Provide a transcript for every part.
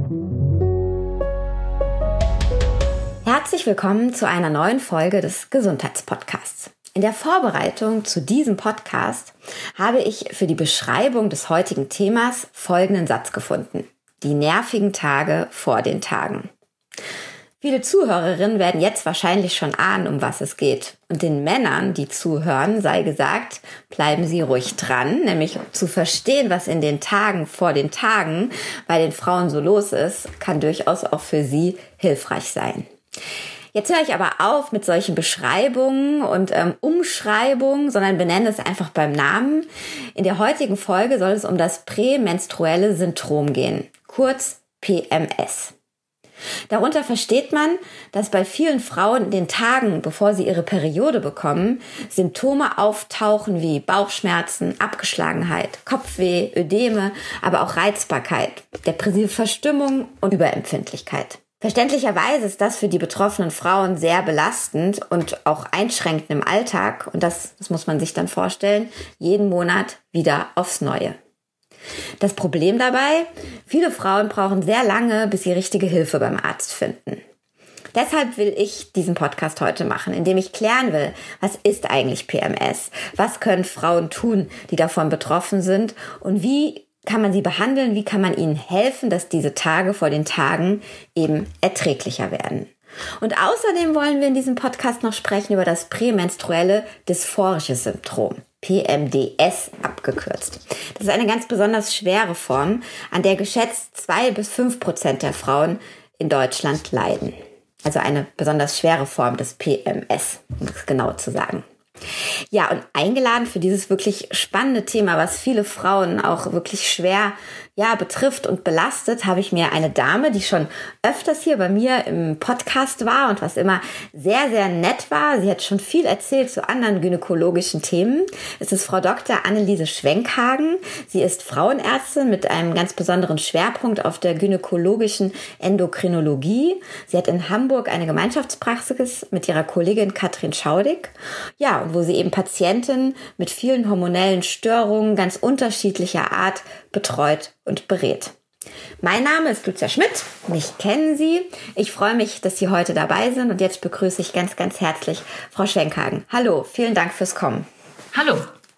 Herzlich willkommen zu einer neuen Folge des Gesundheitspodcasts. In der Vorbereitung zu diesem Podcast habe ich für die Beschreibung des heutigen Themas folgenden Satz gefunden: Die nervigen Tage vor den Tagen. Viele Zuhörerinnen werden jetzt wahrscheinlich schon ahnen, um was es geht. Und den Männern, die zuhören, sei gesagt, bleiben Sie ruhig dran, nämlich zu verstehen, was in den Tagen vor den Tagen bei den Frauen so los ist, kann durchaus auch für Sie hilfreich sein. Jetzt höre ich aber auf mit solchen Beschreibungen und Umschreibungen, sondern benenne es einfach beim Namen. In der heutigen Folge soll es um das prämenstruelle Syndrom gehen, kurz PMS. Darunter versteht man, dass bei vielen Frauen in den Tagen, bevor sie ihre Periode bekommen, Symptome auftauchen wie Bauchschmerzen, Abgeschlagenheit, Kopfweh, Ödeme, aber auch Reizbarkeit, depressive Verstimmung und Überempfindlichkeit. Verständlicherweise ist das für die betroffenen Frauen sehr belastend und auch einschränkend im Alltag. Und das muss man sich dann vorstellen, jeden Monat wieder aufs Neue. Das Problem dabei: Viele Frauen brauchen sehr lange, bis sie richtige Hilfe beim Arzt finden. Deshalb will ich diesen Podcast heute machen, indem ich klären will, was ist eigentlich PMS? Was können Frauen tun, die davon betroffen sind? Und wie kann man sie behandeln? Wie kann man ihnen helfen, dass diese Tage vor den Tagen eben erträglicher werden? Und außerdem wollen wir in diesem Podcast noch sprechen über das prämenstruelle dysphorische Syndrom, PMDS abgekürzt. Das ist eine ganz besonders schwere Form, an der geschätzt 2-5% der Frauen in Deutschland leiden. Also eine besonders schwere Form des PMS, um es genau zu sagen. Ja, und eingeladen für dieses wirklich spannende Thema, was viele Frauen auch wirklich schwer betrifft und belastet, habe ich mir eine Dame, die schon öfters hier bei mir im Podcast war und was immer sehr, sehr nett war. Sie hat schon viel erzählt zu anderen gynäkologischen Themen. Es ist Frau Dr. Anneliese Schwenkhagen. Sie ist Frauenärztin mit einem ganz besonderen Schwerpunkt auf der gynäkologischen Endokrinologie. Sie hat in Hamburg eine Gemeinschaftspraxis mit ihrer Kollegin Katrin Schaudig. Ja, und wo sie eben Patientinnen mit vielen hormonellen Störungen ganz unterschiedlicher Art betreut und berät. Mein Name ist Lucia Schmidt, mich kennen Sie. Ich freue mich, dass Sie heute dabei sind und jetzt begrüße ich ganz, ganz herzlich Frau Schwenkhagen. Hallo, vielen Dank fürs Kommen. Hallo.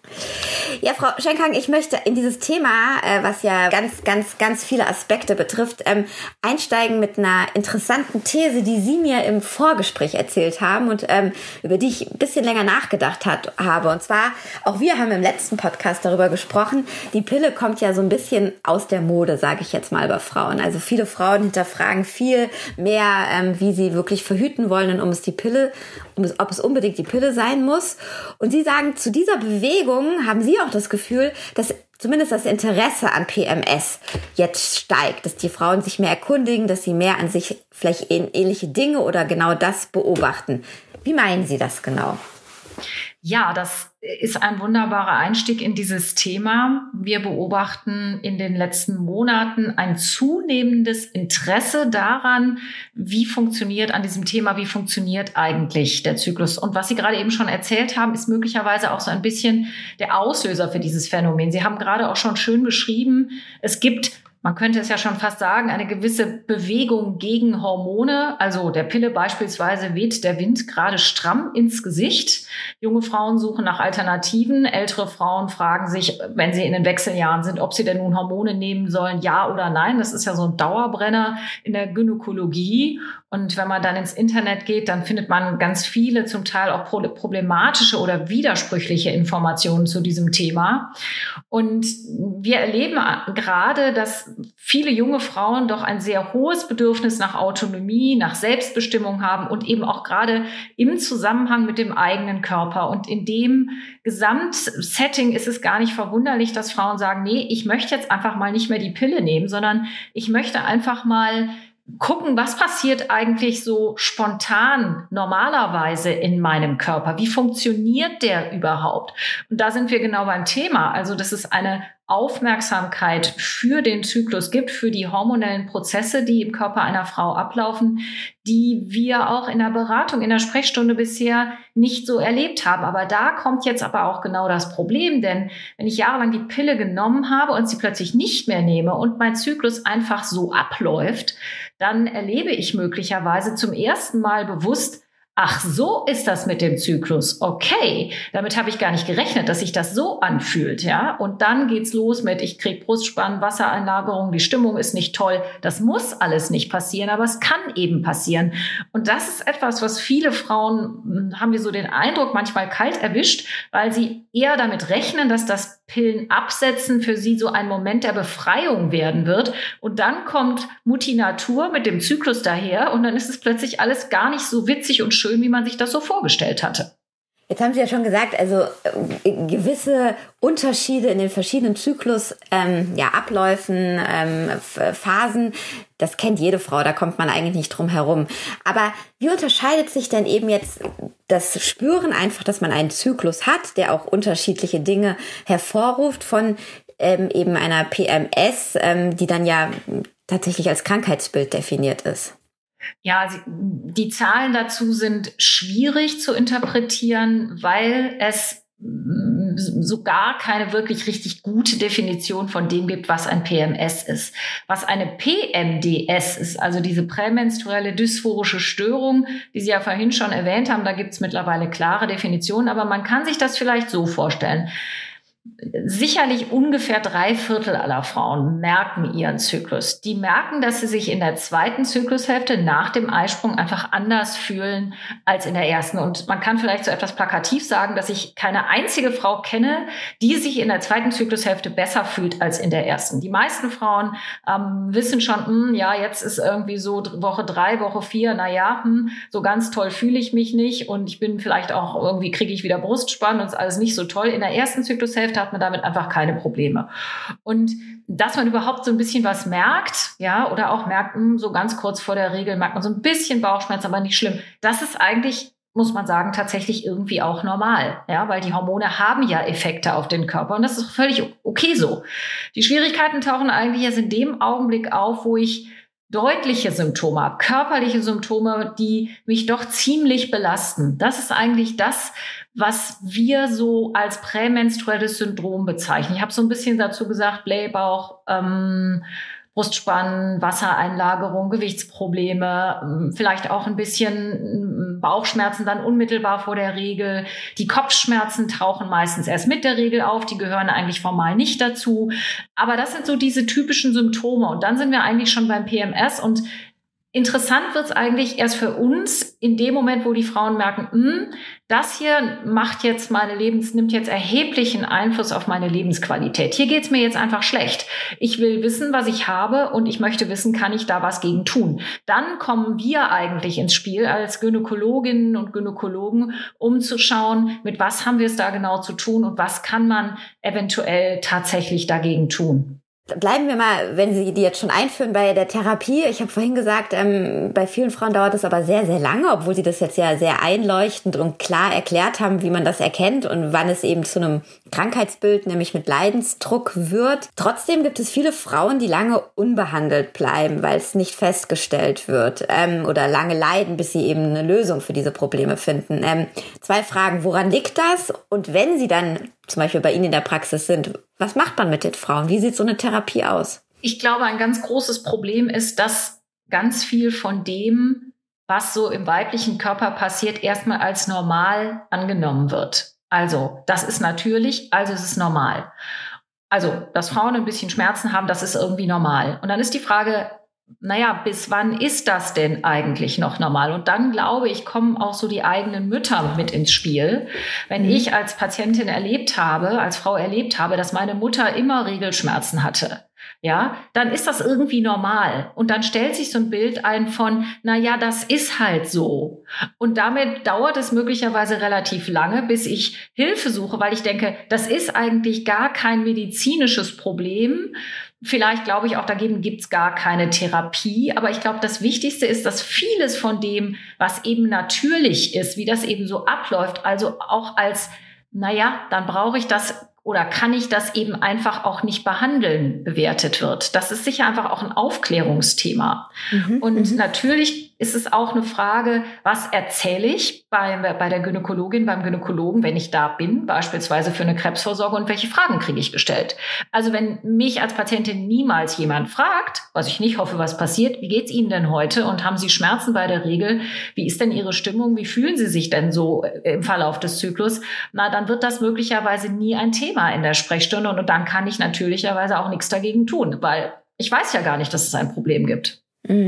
Ja, Frau Schwenkhagen, ich möchte in dieses Thema, was ja ganz, ganz, ganz viele Aspekte betrifft, einsteigen mit einer interessanten These, die Sie mir im Vorgespräch erzählt haben und über die ich ein bisschen länger nachgedacht habe. Und zwar, auch wir haben im letzten Podcast darüber gesprochen, die Pille kommt ja so ein bisschen aus der Mode, sage ich jetzt mal, bei Frauen. Also viele Frauen hinterfragen viel mehr, wie sie wirklich verhüten wollen und ob es unbedingt die Pille sein muss. Und Sie sagen, zu dieser Bewegung haben Sie auch das Gefühl, dass zumindest das Interesse an PMS jetzt steigt, dass die Frauen sich mehr erkundigen, dass sie mehr an sich vielleicht ähnliche Dinge oder genau das beobachten. Wie meinen Sie das genau? Ja, das ist ein wunderbarer Einstieg in dieses Thema. Wir beobachten in den letzten Monaten ein zunehmendes Interesse daran, wie funktioniert eigentlich der Zyklus. Und was Sie gerade eben schon erzählt haben, ist möglicherweise auch so ein bisschen der Auslöser für dieses Phänomen. Sie haben gerade auch schon schön beschrieben, es gibt, man könnte es ja schon fast sagen, eine gewisse Bewegung gegen Hormone. Also der Pille beispielsweise weht der Wind gerade stramm ins Gesicht. Junge Frauen suchen nach Alternativen. Ältere Frauen fragen sich, wenn sie in den Wechseljahren sind, ob sie denn nun Hormone nehmen sollen, ja oder nein. Das ist ja so ein Dauerbrenner in der Gynäkologie. Und wenn man dann ins Internet geht, dann findet man ganz viele, zum Teil auch problematische oder widersprüchliche Informationen zu diesem Thema. Und wir erleben gerade, dass viele junge Frauen doch ein sehr hohes Bedürfnis nach Autonomie, nach Selbstbestimmung haben und eben auch gerade im Zusammenhang mit dem eigenen Körper. Und in dem Gesamtsetting ist es gar nicht verwunderlich, dass Frauen sagen, nee, ich möchte jetzt einfach mal nicht mehr die Pille nehmen, sondern ich möchte einfach mal gucken, was passiert eigentlich so spontan normalerweise in meinem Körper? Wie funktioniert der überhaupt? Und da sind wir genau beim Thema. Also das ist eine Aufmerksamkeit für den Zyklus gibt, für die hormonellen Prozesse, die im Körper einer Frau ablaufen, die wir auch in der Beratung, in der Sprechstunde bisher nicht so erlebt haben. Aber da kommt jetzt aber auch genau das Problem, denn wenn ich jahrelang die Pille genommen habe und sie plötzlich nicht mehr nehme und mein Zyklus einfach so abläuft, dann erlebe ich möglicherweise zum ersten Mal bewusst, ach, so ist das mit dem Zyklus. Okay, damit habe ich gar nicht gerechnet, dass sich das so anfühlt, ja. Und dann geht's los mit, ich kriege Brustspannen, Wassereinlagerung, die Stimmung ist nicht toll. Das muss alles nicht passieren, aber es kann eben passieren. Und das ist etwas, was viele Frauen, haben wir so den Eindruck, manchmal kalt erwischt, weil sie eher damit rechnen, dass das Pillen absetzen für sie so ein Moment der Befreiung werden wird. Und dann kommt Mutti Natur mit dem Zyklus daher und dann ist es plötzlich alles gar nicht so witzig und schön, wie man sich das so vorgestellt hatte. Jetzt haben Sie ja schon gesagt, also gewisse Unterschiede in den verschiedenen Abläufen, Phasen, das kennt jede Frau, da kommt man eigentlich nicht drum herum. Aber wie unterscheidet sich denn eben jetzt das Spüren einfach, dass man einen Zyklus hat, der auch unterschiedliche Dinge hervorruft, von eben einer PMS, die dann ja tatsächlich als Krankheitsbild definiert ist? Ja, die Zahlen dazu sind schwierig zu interpretieren, weil es so gar keine wirklich richtig gute Definition von dem gibt, was ein PMS ist. Was eine PMDS ist, also diese prämenstruelle dysphorische Störung, die Sie ja vorhin schon erwähnt haben, da gibt es mittlerweile klare Definitionen, aber man kann sich das vielleicht so vorstellen. Sicherlich ungefähr 3/4 aller Frauen merken ihren Zyklus. Die merken, dass sie sich in der zweiten Zyklushälfte nach dem Eisprung einfach anders fühlen als in der ersten. Und man kann vielleicht so etwas plakativ sagen, dass ich keine einzige Frau kenne, die sich in der zweiten Zyklushälfte besser fühlt als in der ersten. Die meisten Frauen wissen schon, jetzt ist irgendwie so Woche 3, Woche 4, so ganz toll fühle ich mich nicht und ich bin vielleicht auch irgendwie, kriege ich wieder Brustspannen und ist alles nicht so toll. In der ersten Zyklushälfte hat man damit einfach keine Probleme. Und dass man überhaupt so ein bisschen was merkt, ja, oder auch merkt, so ganz kurz vor der Regel merkt man so ein bisschen Bauchschmerz, aber nicht schlimm. Das ist eigentlich, muss man sagen, tatsächlich irgendwie auch normal, ja, weil die Hormone haben ja Effekte auf den Körper und das ist völlig okay so. Die Schwierigkeiten tauchen eigentlich erst in dem Augenblick auf, wo ich deutliche Symptome habe, körperliche Symptome, die mich doch ziemlich belasten. Das ist eigentlich das, was wir so als prämenstruelles Syndrom bezeichnen. Ich habe so ein bisschen dazu gesagt, Blähbauch, Brustspannen, Wassereinlagerung, Gewichtsprobleme, vielleicht auch ein bisschen Bauchschmerzen dann unmittelbar vor der Regel. Die Kopfschmerzen tauchen meistens erst mit der Regel auf, die gehören eigentlich formal nicht dazu. Aber das sind so diese typischen Symptome und dann sind wir eigentlich schon beim PMS und interessant wird es eigentlich erst für uns in dem Moment, wo die Frauen merken, das hier nimmt jetzt erheblichen Einfluss auf meine Lebensqualität. Hier geht's mir jetzt einfach schlecht. Ich will wissen, was ich habe und ich möchte wissen, kann ich da was gegen tun? Dann kommen wir eigentlich ins Spiel als Gynäkologinnen und Gynäkologen, um zu schauen, mit was haben wir es da genau zu tun und was kann man eventuell tatsächlich dagegen tun. Bleiben wir mal, wenn Sie die jetzt schon einführen, bei der Therapie. Ich habe vorhin gesagt, bei vielen Frauen dauert es aber sehr, sehr lange, obwohl Sie das jetzt ja sehr einleuchtend und klar erklärt haben, wie man das erkennt und wann es eben zu einem Krankheitsbild, nämlich mit Leidensdruck wird. Trotzdem gibt es viele Frauen, die lange unbehandelt bleiben, weil es nicht festgestellt wird oder lange leiden, bis sie eben eine Lösung für diese Probleme finden. 2 Fragen, woran liegt das? Und wenn Sie dann zum Beispiel bei Ihnen in der Praxis sind, was macht man mit den Frauen? Wie sieht so eine Therapie aus? Ich glaube, ein ganz großes Problem ist, dass ganz viel von dem, was so im weiblichen Körper passiert, erstmal als normal angenommen wird. Also, das ist natürlich, also es ist normal. Also, dass Frauen ein bisschen Schmerzen haben, das ist irgendwie normal. Und dann ist die Frage, bis wann ist das denn eigentlich noch normal? Und dann, glaube ich, kommen auch so die eigenen Mütter mit ins Spiel. Wenn ich als Patientin als Frau erlebt habe, dass meine Mutter immer Regelschmerzen hatte, ja, dann ist das irgendwie normal. Und dann stellt sich so ein Bild ein von, das ist halt so. Und damit dauert es möglicherweise relativ lange, bis ich Hilfe suche, weil ich denke, das ist eigentlich gar kein medizinisches Problem. Vielleicht glaube ich auch, dagegen gibt es gar keine Therapie. Aber ich glaube, das Wichtigste ist, dass vieles von dem, was eben natürlich ist, wie das eben so abläuft, also auch als, dann brauche ich das oder kann ich das eben einfach auch nicht behandeln, bewertet wird. Das ist sicher einfach auch ein Aufklärungsthema. Und natürlich ist es auch eine Frage, was erzähle ich bei der Gynäkologin, beim Gynäkologen, wenn ich da bin, beispielsweise für eine Krebsvorsorge, und welche Fragen kriege ich gestellt? Also wenn mich als Patientin niemals jemand fragt, was ich nicht hoffe, was passiert, wie geht's Ihnen denn heute und haben Sie Schmerzen bei der Regel? Wie ist denn Ihre Stimmung? Wie fühlen Sie sich denn so im Verlauf des Zyklus? Na, dann wird das möglicherweise nie ein Thema in der Sprechstunde und dann kann ich natürlicherweise auch nichts dagegen tun, weil ich weiß ja gar nicht, dass es ein Problem gibt.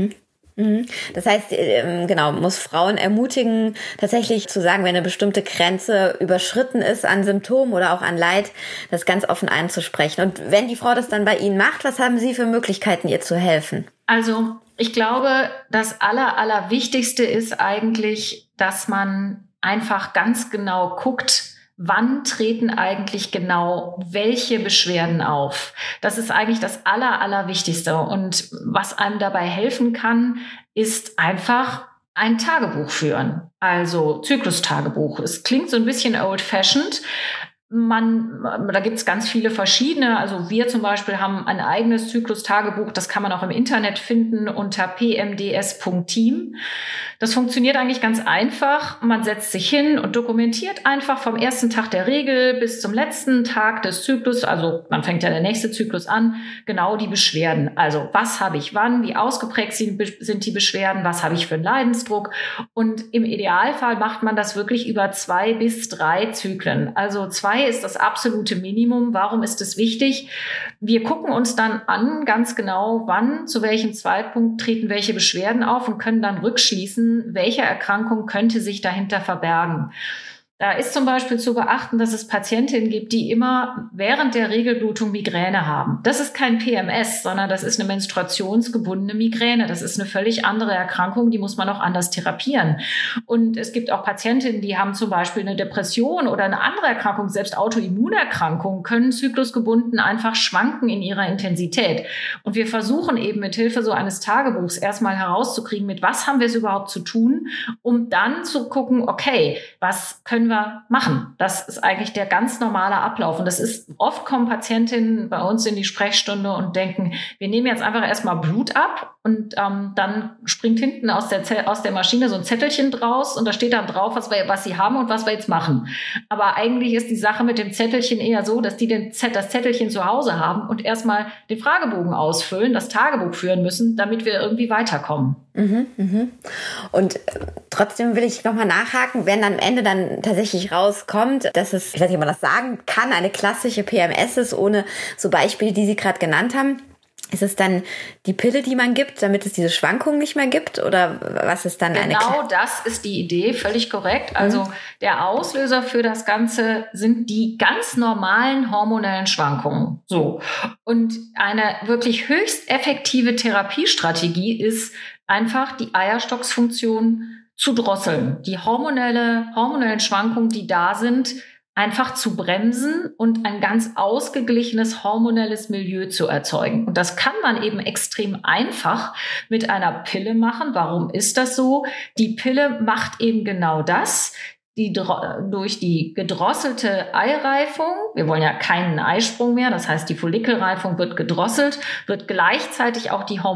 Das heißt, genau, muss Frauen ermutigen, tatsächlich zu sagen, wenn eine bestimmte Grenze überschritten ist an Symptomen oder auch an Leid, das ganz offen einzusprechen. Und wenn die Frau das dann bei Ihnen macht, was haben Sie für Möglichkeiten, ihr zu helfen? Also ich glaube, das Allerwichtigste ist eigentlich, dass man einfach ganz genau guckt, wann treten eigentlich genau welche Beschwerden auf? Das ist eigentlich das Allerwichtigste. Und was einem dabei helfen kann, ist einfach ein Tagebuch führen. Also Zyklustagebuch. Es klingt so ein bisschen old-fashioned. Da gibt es ganz viele verschiedene. Also wir zum Beispiel haben ein eigenes Zyklustagebuch. Das kann man auch im Internet finden unter pmds.team. Das funktioniert eigentlich ganz einfach. Man setzt sich hin und dokumentiert einfach vom ersten Tag der Regel bis zum letzten Tag des Zyklus. Also man fängt ja der nächste Zyklus an. Genau die Beschwerden. Also was habe ich wann? Wie ausgeprägt sind die Beschwerden? Was habe ich für einen Leidensdruck? Und im Idealfall macht man das wirklich über 2 bis 3 Zyklen. Also 2 ist das absolute Minimum. Warum ist es wichtig? Wir gucken uns dann an, ganz genau, wann, zu welchem Zeitpunkt treten welche Beschwerden auf und können dann rückschließen, welche Erkrankung könnte sich dahinter verbergen. Da ist zum Beispiel zu beachten, dass es Patientinnen gibt, die immer während der Regelblutung Migräne haben. Das ist kein PMS, sondern das ist eine menstruationsgebundene Migräne. Das ist eine völlig andere Erkrankung, die muss man auch anders therapieren. Und es gibt auch Patientinnen, die haben zum Beispiel eine Depression oder eine andere Erkrankung, selbst Autoimmunerkrankungen können zyklusgebunden einfach schwanken in ihrer Intensität. Und wir versuchen eben mit Hilfe so eines Tagebuchs erstmal herauszukriegen, mit was haben wir es überhaupt zu tun, um dann zu gucken, okay, was können wir machen? Das ist eigentlich der ganz normale Ablauf. Und das ist, oft kommen Patientinnen bei uns in die Sprechstunde und denken, wir nehmen jetzt einfach erstmal Blut ab und dann springt hinten aus der Maschine so ein Zettelchen draus und da steht dann drauf, was sie haben und was wir jetzt machen. Aber eigentlich ist die Sache mit dem Zettelchen eher so, dass die das Zettelchen zu Hause haben und erstmal den Fragebogen ausfüllen, das Tagebuch führen müssen, damit wir irgendwie weiterkommen. Und trotzdem will ich nochmal nachhaken, wenn am Ende dann tatsächlich rauskommt, dass es, ich weiß nicht, ob man das sagen kann, eine klassische PMS ist, ohne so Beispiele, die Sie gerade genannt haben. Ist es dann die Pille, die man gibt, damit es diese Schwankungen nicht mehr gibt? Oder was ist dann Genau, das ist die Idee, völlig korrekt. Also der Auslöser für das Ganze sind die ganz normalen hormonellen Schwankungen. So. Und eine wirklich höchst effektive Therapiestrategie ist einfach die Eierstocksfunktion zu drosseln. Die hormonellen Schwankungen, die da sind, einfach zu bremsen und ein ganz ausgeglichenes hormonelles Milieu zu erzeugen. Und das kann man eben extrem einfach mit einer Pille machen. Warum ist das so? Die Pille macht eben genau das. Durch die gedrosselte Eireifung, wir wollen ja keinen Eisprung mehr, das heißt, die Follikelreifung wird gedrosselt, wird gleichzeitig auch die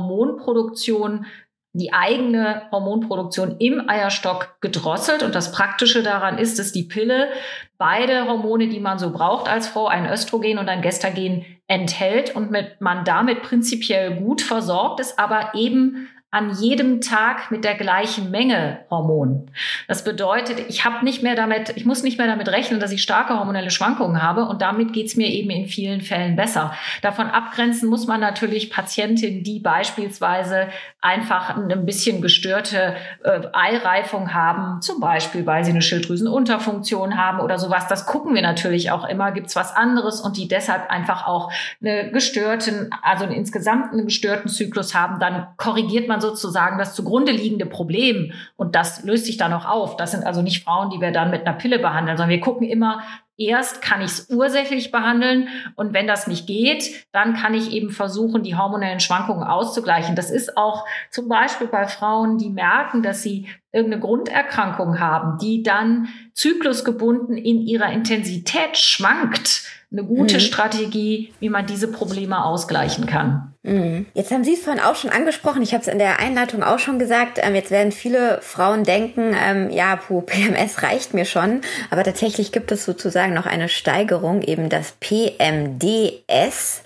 eigene Hormonproduktion im Eierstock gedrosselt. Und das Praktische daran ist, dass die Pille beide Hormone, die man so braucht als Frau, ein Östrogen und ein Gestagen, enthält und man damit prinzipiell gut versorgt ist, aber eben an jedem Tag mit der gleichen Menge Hormon. Das bedeutet, ich muss nicht mehr damit rechnen, dass ich starke hormonelle Schwankungen habe und damit geht's mir eben in vielen Fällen besser. Davon abgrenzen muss man natürlich Patientinnen, die beispielsweise einfach ein bisschen gestörte Eireifung haben, zum Beispiel, weil sie eine Schilddrüsenunterfunktion haben oder sowas. Das gucken wir natürlich auch immer. Gibt's was anderes und die deshalb einfach auch insgesamt einen gestörten Zyklus haben, dann korrigiert man sozusagen das zugrunde liegende Problem und das löst sich dann auch auf. Das sind also nicht Frauen, die wir dann mit einer Pille behandeln, sondern wir gucken immer, erst kann ich es ursächlich behandeln und wenn das nicht geht, dann kann ich eben versuchen, die hormonellen Schwankungen auszugleichen. Das ist auch zum Beispiel bei Frauen, die merken, dass sie irgendeine Grunderkrankung haben, die dann zyklusgebunden in ihrer Intensität schwankt. eine gute Strategie, wie man diese Probleme ausgleichen kann. Jetzt haben Sie es vorhin auch schon angesprochen, ich habe es in der Einleitung auch schon gesagt, jetzt werden viele Frauen denken, PMS reicht mir schon, aber tatsächlich gibt es sozusagen noch eine Steigerung, eben das PMDS,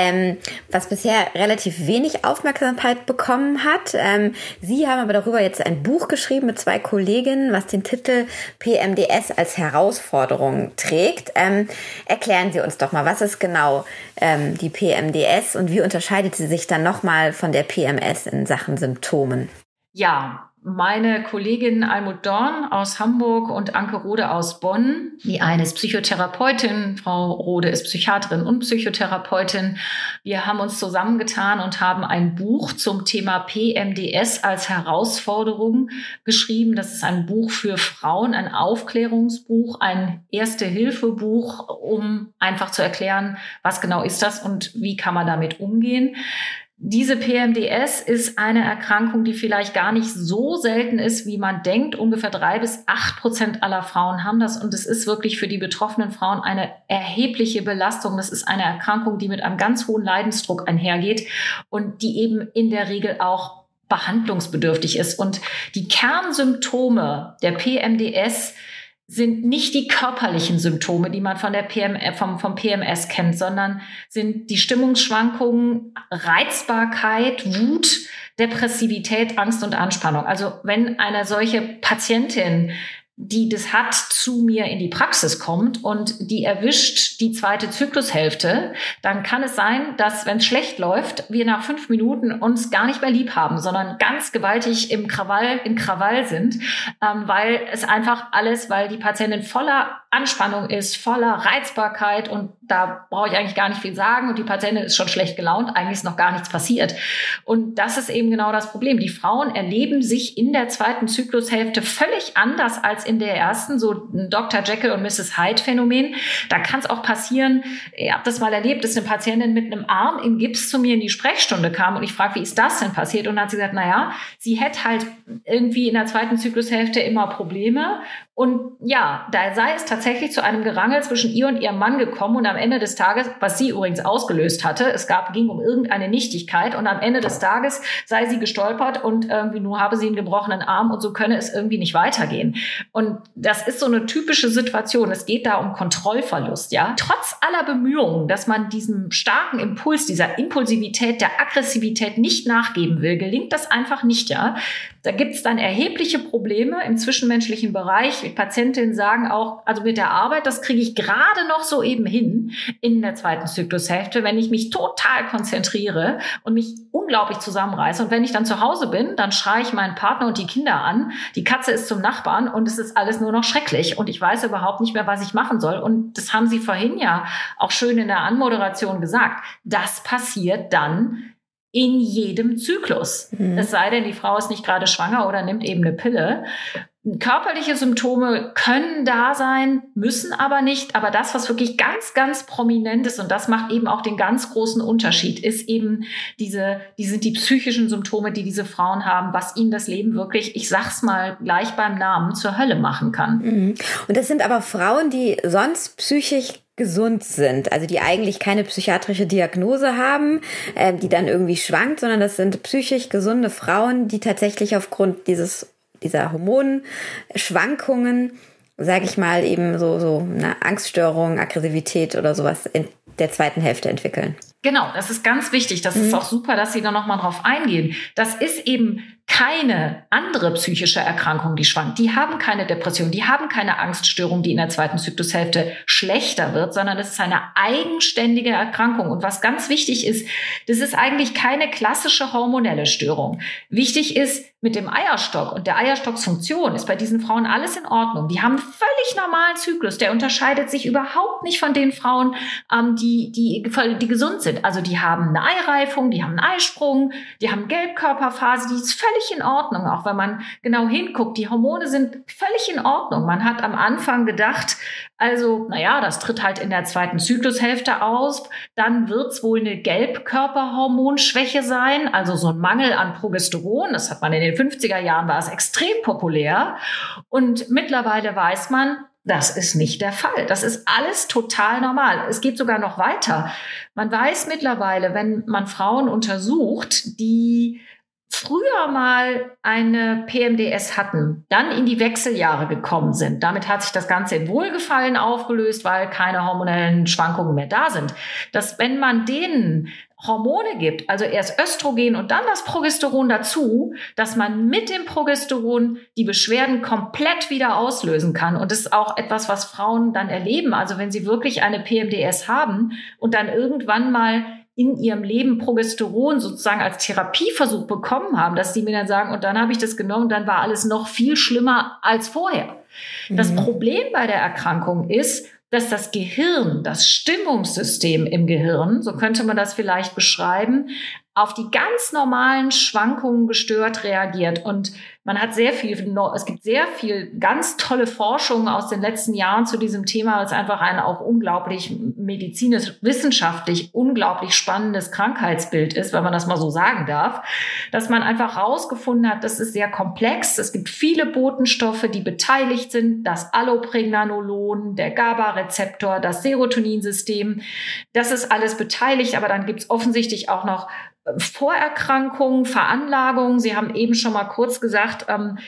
was bisher relativ wenig Aufmerksamkeit bekommen hat. Sie haben aber darüber jetzt ein Buch geschrieben mit 2 Kolleginnen, was den Titel PMDS als Herausforderung trägt. Erklären Sie uns doch mal, was ist genau die PMDS und wie unterscheidet sie sich dann nochmal von der PMS in Sachen Symptomen? Ja, meine Kollegin Almut Dorn aus Hamburg und Anke Rode aus Bonn. Die eine ist Psychotherapeutin, Frau Rode ist Psychiaterin und Psychotherapeutin. Wir haben uns zusammengetan und haben ein Buch zum Thema PMDS als Herausforderung geschrieben. Das ist ein Buch für Frauen, ein Aufklärungsbuch, ein Erste-Hilfe-Buch, um einfach zu erklären, was genau ist das und wie kann man damit umgehen. Diese PMDS ist eine Erkrankung, die vielleicht gar nicht so selten ist, wie man denkt. Ungefähr 3-8% aller Frauen haben das. Und es ist wirklich für die betroffenen Frauen eine erhebliche Belastung. Das ist eine Erkrankung, die mit einem ganz hohen Leidensdruck einhergeht und die eben in der Regel auch behandlungsbedürftig ist. Und die Kernsymptome der PMDS sind nicht die körperlichen Symptome, die man von der vom PMS kennt, sondern sind die Stimmungsschwankungen, Reizbarkeit, Wut, Depressivität, Angst und Anspannung. Also wenn eine solche Patientin, die das hat, zu mir in die Praxis kommt und die erwischt die 2. Zyklushälfte, dann kann es sein, dass, wenn es schlecht läuft, wir nach 5 Minuten uns gar nicht mehr lieb haben, sondern ganz gewaltig in Krawall sind, weil die Patientin voller Anspannung ist, voller Reizbarkeit und da brauche ich eigentlich gar nicht viel sagen und die Patientin ist schon schlecht gelaunt, eigentlich ist noch gar nichts passiert. Und das ist eben genau das Problem. Die Frauen erleben sich in der 2. Zyklushälfte völlig anders als in der ersten, so ein Dr. Jekyll und Mrs. Hyde Phänomen. Da kann es auch passieren, ihr habt das mal erlebt, dass eine Patientin mit einem Arm im Gips zu mir in die Sprechstunde kam und ich frage, wie ist das denn passiert? Und dann hat sie gesagt, sie hätte halt irgendwie in der 2. Zyklushälfte immer Probleme. Und ja, da sei es tatsächlich zu einem Gerangel zwischen ihr und ihrem Mann gekommen und am Ende des Tages, was sie übrigens ausgelöst hatte, ging um irgendeine Nichtigkeit und am Ende des Tages sei sie gestolpert und irgendwie nur habe sie einen gebrochenen Arm und so könne es irgendwie nicht weitergehen. Und das ist so eine typische Situation. Es geht da um Kontrollverlust, ja. Trotz aller Bemühungen, dass man diesem starken Impuls, dieser Impulsivität, der Aggressivität nicht nachgeben will, gelingt das einfach nicht, ja. Da gibt es dann erhebliche Probleme im zwischenmenschlichen Bereich. Die Patientinnen sagen auch, also mit der Arbeit, das kriege ich gerade noch so eben hin in der 2. Zyklushälfte, wenn ich mich total konzentriere und mich unglaublich zusammenreiße. Und wenn ich dann zu Hause bin, dann schreie ich meinen Partner und die Kinder an. Die Katze ist zum Nachbarn und es ist alles nur noch schrecklich. Und ich weiß überhaupt nicht mehr, was ich machen soll. Und das haben Sie vorhin ja auch schön in der Anmoderation gesagt. Das passiert dann in jedem Zyklus. Es sei denn, die Frau ist nicht gerade schwanger oder nimmt eben eine Pille. Körperliche Symptome können da sein, müssen aber nicht. Aber das, was wirklich ganz, ganz prominent ist, und das macht eben auch den ganz großen Unterschied, ist eben die psychischen Symptome, die diese Frauen haben, was ihnen das Leben wirklich, ich sag's mal gleich beim Namen, zur Hölle machen kann. Und das sind aber Frauen, die sonst psychisch gesund sind, also die eigentlich keine psychiatrische Diagnose haben, die dann irgendwie schwankt, sondern das sind psychisch gesunde Frauen, die tatsächlich aufgrund dieser Hormonschwankungen, sage ich mal, eben so eine Angststörung, Aggressivität oder sowas in der 2. Hälfte entwickeln. Genau, das ist ganz wichtig. Das ist auch super, dass Sie da nochmal drauf eingehen. Das ist eben keine andere psychische Erkrankung, die schwankt. Die haben keine Depression, die haben keine Angststörung, die in der 2. Zyklushälfte schlechter wird, sondern das ist eine eigenständige Erkrankung. Und was ganz wichtig ist, das ist eigentlich keine klassische hormonelle Störung. Wichtig ist, mit dem Eierstock und der Eierstocksfunktion ist bei diesen Frauen alles in Ordnung. Die haben einen völlig normalen Zyklus. Der unterscheidet sich überhaupt nicht von den Frauen, die gesund sind. Also die haben eine Eireifung, die haben einen Eisprung, die haben Gelbkörperphase, die ist völlig in Ordnung, auch wenn man genau hinguckt. Die Hormone sind völlig in Ordnung. Man hat am Anfang gedacht, also, das tritt halt in der 2. Zyklushälfte aus. Dann wird es wohl eine Gelbkörperhormonschwäche sein, also so ein Mangel an Progesteron. Das hat man in den 50er Jahren, war es extrem populär. Und mittlerweile weiß man, Das ist nicht der Fall. Das ist alles total normal. Es geht sogar noch weiter. Man weiß mittlerweile, wenn man Frauen untersucht, die früher mal eine PMDS hatten, dann in die Wechseljahre gekommen sind. Damit hat sich das Ganze in Wohlgefallen aufgelöst, weil keine hormonellen Schwankungen mehr da sind. Dass wenn man denen Hormone gibt, also erst Östrogen und dann das Progesteron dazu, dass man mit dem Progesteron die Beschwerden komplett wieder auslösen kann. Und das ist auch etwas, was Frauen dann erleben. Also wenn sie wirklich eine PMDS haben und dann irgendwann mal in ihrem Leben Progesteron sozusagen als Therapieversuch bekommen haben, dass die mir dann sagen, und dann habe ich das genommen, dann war alles noch viel schlimmer als vorher. Das Problem bei der Erkrankung ist, dass das Gehirn, das Stimmungssystem im Gehirn, so könnte man das vielleicht beschreiben, auf die ganz normalen Schwankungen gestört reagiert. Und man hat es gibt sehr viel ganz tolle Forschung aus den letzten Jahren zu diesem Thema, weil es einfach ein auch unglaublich medizinisch, wissenschaftlich unglaublich spannendes Krankheitsbild ist, wenn man das mal so sagen darf, dass man einfach herausgefunden hat, das ist sehr komplex. Es gibt viele Botenstoffe, die beteiligt sind, das Allopregnanolon, der GABA-Rezeptor, das Serotoninsystem. Das ist alles beteiligt, aber dann gibt es offensichtlich auch noch Vorerkrankungen, Veranlagungen. Sie haben eben schon mal kurz gesagt,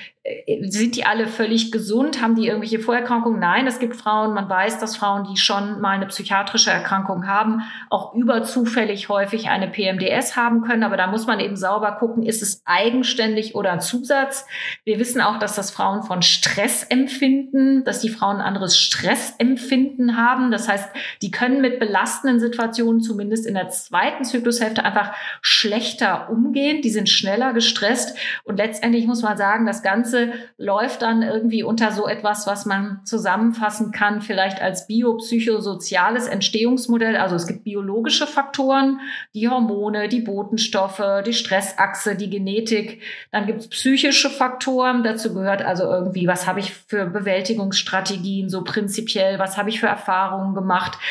sind die alle völlig gesund? Haben die irgendwelche Vorerkrankungen? Nein, es gibt Frauen, man weiß, dass Frauen, die schon mal eine psychiatrische Erkrankung haben, auch überzufällig häufig eine PMDS haben können. Aber da muss man eben sauber gucken, ist es eigenständig oder ein Zusatz? Wir wissen auch, dass das Frauen von Stress empfinden, dass die Frauen ein anderes Stressempfinden haben. Das heißt, die können mit belastenden Situationen zumindest in der zweiten Zyklushälfte einfach schlechter umgehen. Die sind schneller gestresst. Und letztendlich muss man sagen, das Ganze läuft dann irgendwie unter so etwas, was man zusammenfassen kann, vielleicht als biopsychosoziales Entstehungsmodell. Also es gibt biologische Faktoren, die Hormone, die Botenstoffe, die Stressachse, die Genetik. Dann gibt es psychische Faktoren. Dazu gehört also irgendwie, was habe ich für Bewältigungsstrategien, so prinzipiell, was habe ich für Erfahrungen gemacht,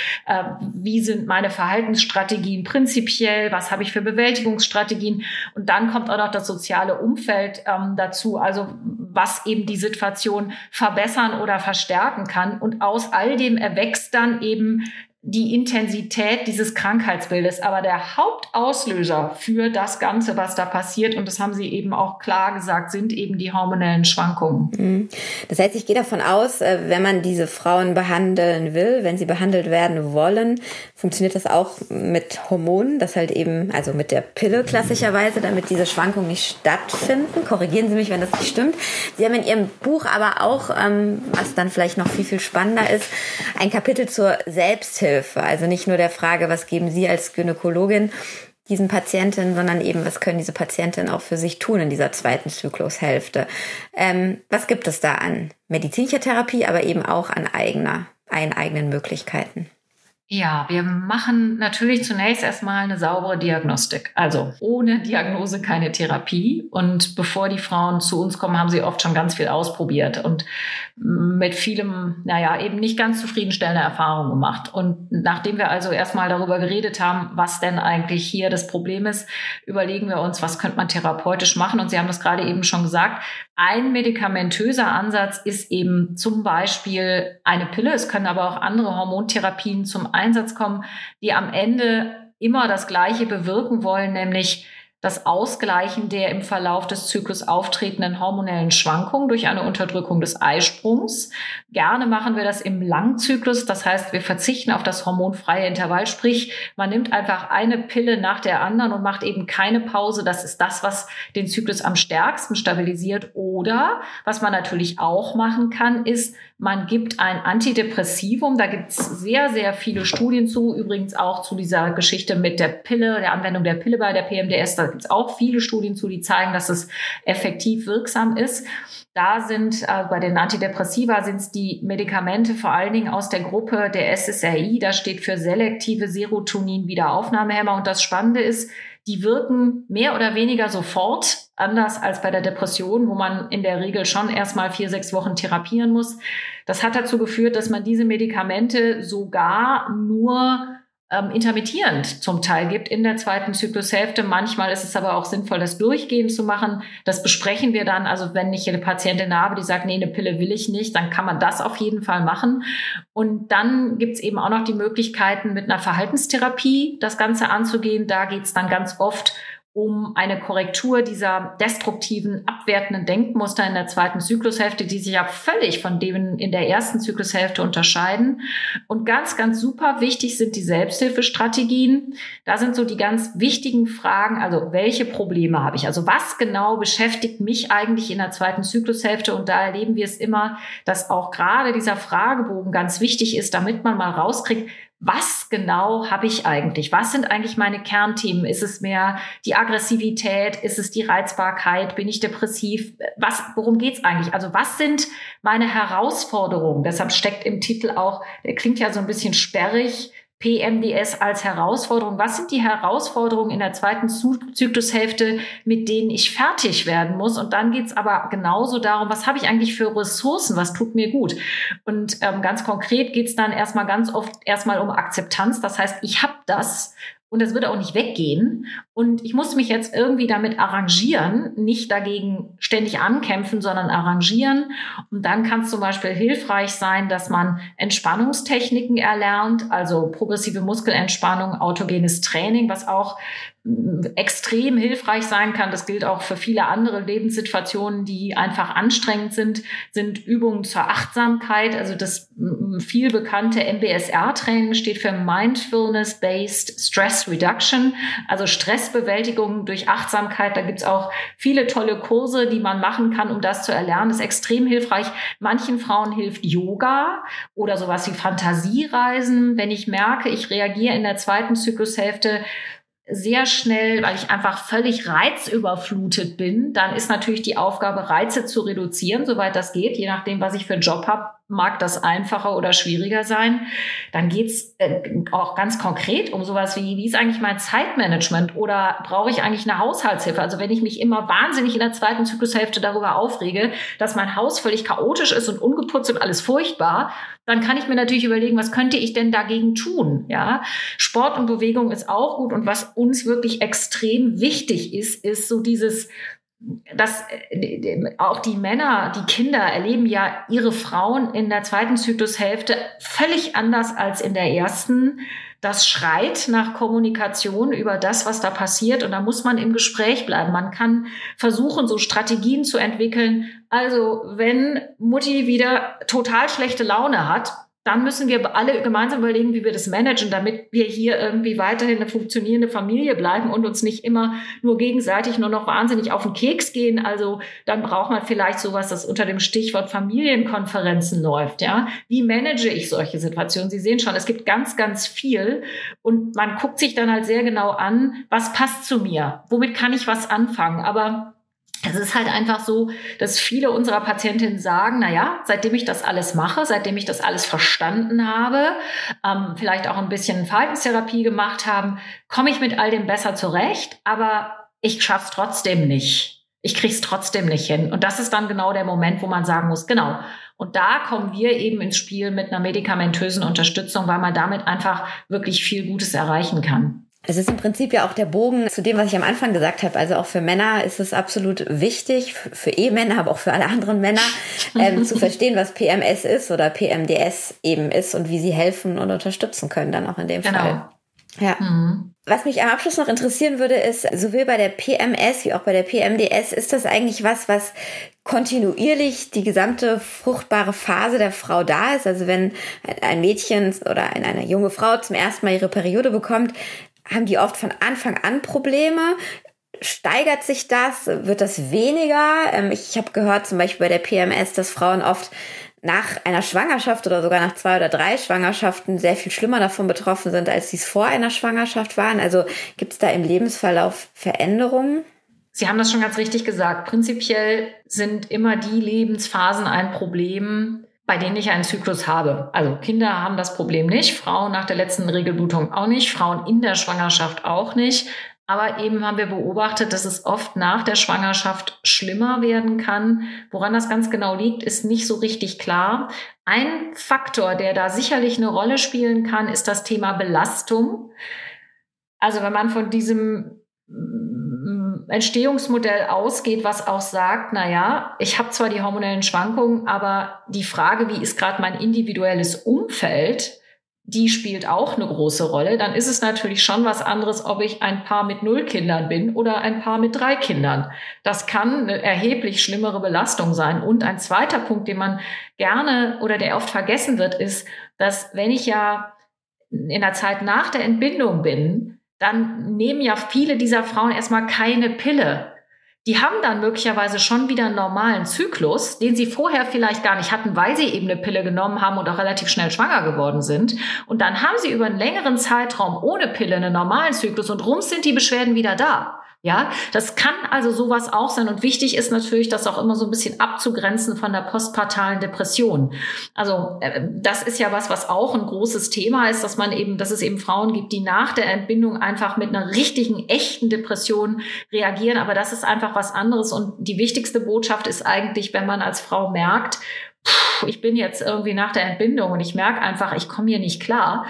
wie sind meine Verhaltensstrategien prinzipiell, was habe ich für Bewältigungsstrategien. Und dann kommt auch noch das soziale Umfeld dazu, also was eben die Situation verbessern oder verstärken kann. Und aus all dem erwächst dann eben die Intensität dieses Krankheitsbildes. Aber der Hauptauslöser für das Ganze, was da passiert, und das haben Sie eben auch klar gesagt, sind eben die hormonellen Schwankungen. Das heißt, ich gehe davon aus, wenn man diese Frauen behandeln will, wenn sie behandelt werden wollen, funktioniert das auch mit Hormonen, das halt eben, also mit der Pille klassischerweise, damit diese Schwankungen nicht stattfinden. Korrigieren Sie mich, wenn das nicht stimmt. Sie haben in Ihrem Buch aber auch, was dann vielleicht noch viel, viel spannender ist, ein Kapitel zur Selbsthilfe. Also nicht nur der Frage, was geben Sie als Gynäkologin diesen Patientinnen, sondern eben, was können diese Patientinnen auch für sich tun in dieser zweiten Zyklushälfte. Was gibt es da an medizinischer Therapie, aber eben auch an eigenen Möglichkeiten? Ja, wir machen natürlich zunächst erstmal eine saubere Diagnostik. Also ohne Diagnose keine Therapie. Und bevor die Frauen zu uns kommen, haben sie oft schon ganz viel ausprobiert und mit vielem, eben nicht ganz zufriedenstellende Erfahrungen gemacht. Und nachdem wir also erstmal darüber geredet haben, was denn eigentlich hier das Problem ist, überlegen wir uns, was könnte man therapeutisch machen. Und Sie haben das gerade eben schon gesagt. Ein medikamentöser Ansatz ist eben zum Beispiel eine Pille. Es können aber auch andere Hormontherapien zum Einsatz kommen, die am Ende immer das Gleiche bewirken wollen, nämlich das Ausgleichen der im Verlauf des Zyklus auftretenden hormonellen Schwankungen durch eine Unterdrückung des Eisprungs. Gerne machen wir das im Langzyklus, das heißt, wir verzichten auf das hormonfreie Intervall, sprich, man nimmt einfach eine Pille nach der anderen und macht eben keine Pause. Das ist das, was den Zyklus am stärksten stabilisiert. Oder, was man natürlich auch machen kann, ist, man gibt ein Antidepressivum. Da gibt es sehr, sehr viele Studien zu. Übrigens auch zu dieser Geschichte mit der Pille, der Anwendung der Pille bei der PMDS. Da gibt es auch viele Studien zu, die zeigen, dass es effektiv wirksam ist. Da sind bei den Antidepressiva sind es die Medikamente vor allen Dingen aus der Gruppe der SSRI. Das steht für selektive Serotonin-Wiederaufnahmehämmer. Und das Spannende ist, die wirken mehr oder weniger sofort, anders als bei der Depression, wo man in der Regel schon erstmal 4-6 Wochen therapieren muss. Das hat dazu geführt, dass man diese Medikamente sogar nur intermittierend zum Teil gibt in der zweiten Zyklushälfte. Manchmal ist es aber auch sinnvoll, das durchgehend zu machen. Das besprechen wir dann. Also wenn ich eine Patientin habe, die sagt, nee, eine Pille will ich nicht, dann kann man das auf jeden Fall machen. Und dann gibt es eben auch noch die Möglichkeiten, mit einer Verhaltenstherapie das Ganze anzugehen. Da geht es dann ganz oft um eine Korrektur dieser destruktiven, abwertenden Denkmuster in der zweiten Zyklushälfte, die sich ja völlig von denen in der ersten Zyklushälfte unterscheiden. Und ganz, ganz super wichtig sind die Selbsthilfestrategien. Da sind so die ganz wichtigen Fragen, also welche Probleme habe ich? Also was genau beschäftigt mich eigentlich in der zweiten Zyklushälfte? Und da erleben wir es immer, dass auch gerade dieser Fragebogen ganz wichtig ist, damit man mal rauskriegt, was genau habe ich eigentlich? Was sind eigentlich meine Kernthemen? Ist es mehr die Aggressivität? Ist es die Reizbarkeit? Bin ich depressiv? Worum geht's eigentlich? Also was sind meine Herausforderungen? Deshalb steckt im Titel auch, der klingt ja so ein bisschen sperrig, PMDS als Herausforderung. Was sind die Herausforderungen in der zweiten Zyklushälfte, mit denen ich fertig werden muss? Und dann geht's aber genauso darum, was habe ich eigentlich für Ressourcen? Was tut mir gut? Und ganz konkret geht's dann ganz oft um Akzeptanz. Das heißt, ich habe das und das wird auch nicht weggehen. Und ich muss mich jetzt irgendwie damit arrangieren, nicht dagegen ständig ankämpfen, sondern arrangieren. Und dann kann es zum Beispiel hilfreich sein, dass man Entspannungstechniken erlernt, also progressive Muskelentspannung, autogenes Training, was auch extrem hilfreich sein kann. Das gilt auch für viele andere Lebenssituationen, die einfach anstrengend sind Übungen zur Achtsamkeit. Also das viel bekannte MBSR-Training steht für Mindfulness-Based Stress Reduction, also Stressbewältigung durch Achtsamkeit. Da gibt's auch viele tolle Kurse, die man machen kann, um das zu erlernen. Das ist extrem hilfreich. Manchen Frauen hilft Yoga oder sowas wie Fantasiereisen. Wenn ich merke, ich reagiere in der zweiten Zyklushälfte sehr schnell, weil ich einfach völlig reizüberflutet bin, dann ist natürlich die Aufgabe, Reize zu reduzieren, soweit das geht. Je nachdem, was ich für einen Job habe, mag das einfacher oder schwieriger sein. Dann geht's auch ganz konkret um sowas wie ist eigentlich mein Zeitmanagement oder brauche ich eigentlich eine Haushaltshilfe? Also wenn ich mich immer wahnsinnig in der zweiten Zyklushälfte darüber aufrege, dass mein Haus völlig chaotisch ist und ungeputzt und alles furchtbar, dann kann ich mir natürlich überlegen, was könnte ich denn dagegen tun? Ja, Sport und Bewegung ist auch gut. Und was uns wirklich extrem wichtig ist so dieses, dass auch die Männer, die Kinder erleben ja ihre Frauen in der zweiten Zyklushälfte völlig anders als in der ersten. Das schreit nach Kommunikation über das, was da passiert. Und da muss man im Gespräch bleiben. Man kann versuchen, so Strategien zu entwickeln. Also wenn Mutti wieder total schlechte Laune hat, dann müssen wir alle gemeinsam überlegen, wie wir das managen, damit wir hier irgendwie weiterhin eine funktionierende Familie bleiben und uns nicht immer nur gegenseitig nur noch wahnsinnig auf den Keks gehen. Also dann braucht man vielleicht sowas, das unter dem Stichwort Familienkonferenzen läuft. Ja, wie manage ich solche Situationen? Sie sehen schon, es gibt ganz, ganz viel und man guckt sich dann halt sehr genau an, was passt zu mir? Womit kann ich was anfangen? Aber es ist halt einfach so, dass viele unserer Patientinnen sagen, seitdem ich das alles mache, seitdem ich das alles verstanden habe, vielleicht auch ein bisschen Verhaltenstherapie gemacht haben, komme ich mit all dem besser zurecht, aber ich schaff's trotzdem nicht. Ich krieg's trotzdem nicht hin. Und das ist dann genau der Moment, wo man sagen muss, genau. Und da kommen wir eben ins Spiel mit einer medikamentösen Unterstützung, weil man damit einfach wirklich viel Gutes erreichen kann. Es ist im Prinzip ja auch der Bogen zu dem, was ich am Anfang gesagt habe. Also auch für Männer ist es absolut wichtig, für Ehemänner, aber auch für alle anderen Männer, zu verstehen, was PMS ist oder PMDS eben ist und wie sie helfen und unterstützen können dann auch in dem Fall. Ja. Was mich am Abschluss noch interessieren würde, ist, sowohl bei der PMS wie auch bei der PMDS, ist das eigentlich was kontinuierlich die gesamte fruchtbare Phase der Frau da ist? Also wenn ein Mädchen oder eine junge Frau zum ersten Mal ihre Periode bekommt, haben die oft von Anfang an Probleme? Steigert sich das? Wird das weniger? Ich habe gehört zum Beispiel bei der PMS, dass Frauen oft nach einer Schwangerschaft oder sogar nach 2 oder 3 Schwangerschaften sehr viel schlimmer davon betroffen sind, als sie es vor einer Schwangerschaft waren. Also gibt es da im Lebensverlauf Veränderungen? Sie haben das schon ganz richtig gesagt. Prinzipiell sind immer die Lebensphasen ein Problem, bei denen ich einen Zyklus habe. Also Kinder haben das Problem nicht, Frauen nach der letzten Regelblutung auch nicht, Frauen in der Schwangerschaft auch nicht. Aber eben haben wir beobachtet, dass es oft nach der Schwangerschaft schlimmer werden kann. Woran das ganz genau liegt, ist nicht so richtig klar. Ein Faktor, der da sicherlich eine Rolle spielen kann, ist das Thema Belastung. Also wenn man von diesem Entstehungsmodell ausgeht, was auch sagt, ich habe zwar die hormonellen Schwankungen, aber die Frage, wie ist gerade mein individuelles Umfeld, die spielt auch eine große Rolle. Dann ist es natürlich schon was anderes, ob ich ein Paar mit 0 Kindern bin oder ein Paar mit 3 Kindern. Das kann eine erheblich schlimmere Belastung sein. Und ein zweiter Punkt, den man gerne oder der oft vergessen wird, ist, dass wenn ich ja in der Zeit nach der Entbindung bin, dann nehmen ja viele dieser Frauen erstmal keine Pille. Die haben dann möglicherweise schon wieder einen normalen Zyklus, den sie vorher vielleicht gar nicht hatten, weil sie eben eine Pille genommen haben und auch relativ schnell schwanger geworden sind. Und dann haben sie über einen längeren Zeitraum ohne Pille einen normalen Zyklus und rums sind die Beschwerden wieder da. Ja, das kann also sowas auch sein. Und wichtig ist natürlich, das auch immer so ein bisschen abzugrenzen von der postpartalen Depression. Also das ist ja was auch ein großes Thema ist, dass es eben Frauen gibt, die nach der Entbindung einfach mit einer richtigen, echten Depression reagieren. Aber das ist einfach was anderes. Und die wichtigste Botschaft ist eigentlich, wenn man als Frau merkt, ich bin jetzt irgendwie nach der Entbindung und ich merke einfach, ich komme hier nicht klar,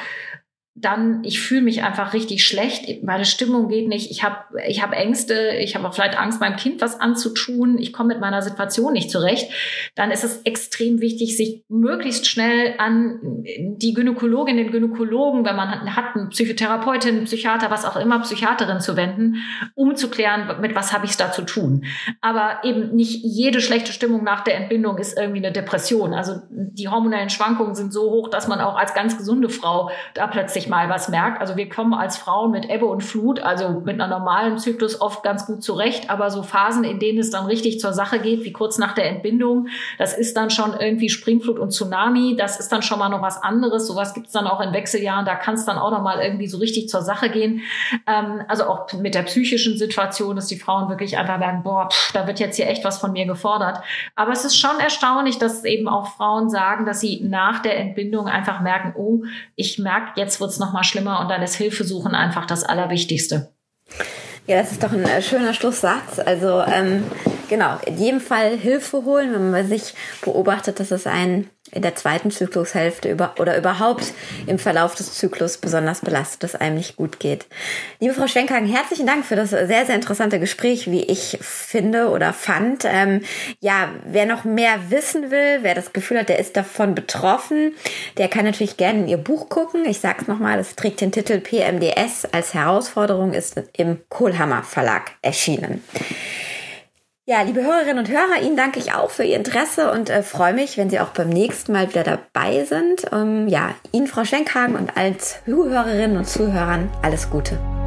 dann, ich fühle mich einfach richtig schlecht, meine Stimmung geht nicht, ich hab Ängste, ich habe auch vielleicht Angst, meinem Kind was anzutun, ich komme mit meiner Situation nicht zurecht, dann ist es extrem wichtig, sich möglichst schnell an die Gynäkologin, den Gynäkologen, wenn man hat, eine Psychotherapeutin, Psychiater, was auch immer, Psychiaterin zu wenden, um zu klären, mit was habe ich es da zu tun. Aber eben nicht jede schlechte Stimmung nach der Entbindung ist irgendwie eine Depression. Also die hormonellen Schwankungen sind so hoch, dass man auch als ganz gesunde Frau da plötzlich mal was merkt. Also wir kommen als Frauen mit Ebbe und Flut, also mit einer normalen Zyklus oft ganz gut zurecht, aber so Phasen, in denen es dann richtig zur Sache geht, wie kurz nach der Entbindung, das ist dann schon irgendwie Springflut und Tsunami, das ist dann schon mal noch was anderes, sowas gibt es dann auch in Wechseljahren, da kann es dann auch noch mal irgendwie so richtig zur Sache gehen. Also auch mit der psychischen Situation, dass die Frauen wirklich einfach merken, da wird jetzt hier echt was von mir gefordert. Aber es ist schon erstaunlich, dass eben auch Frauen sagen, dass sie nach der Entbindung einfach merken, ich merke, jetzt wird es noch mal schlimmer und dann ist Hilfe suchen einfach das Allerwichtigste. Ja, das ist doch ein schöner Schlusssatz. Also genau, in jedem Fall Hilfe holen, wenn man bei sich beobachtet, dass es einen in der zweiten Zyklushälfte oder überhaupt im Verlauf des Zyklus besonders belastet, dass einem nicht gut geht. Liebe Frau Schwenkhagen, herzlichen Dank für das sehr, sehr interessante Gespräch, wie ich finde oder fand. Wer noch mehr wissen will, wer das Gefühl hat, der ist davon betroffen, der kann natürlich gerne in Ihr Buch gucken. Ich sage es nochmal, es trägt den Titel PMDS als Herausforderung, ist im Kohlhammer Verlag erschienen. Ja, liebe Hörerinnen und Hörer, Ihnen danke ich auch für Ihr Interesse und freue mich, wenn Sie auch beim nächsten Mal wieder dabei sind. Ihnen, Frau Schwenkhagen, und allen Zuhörerinnen und Zuhörern alles Gute.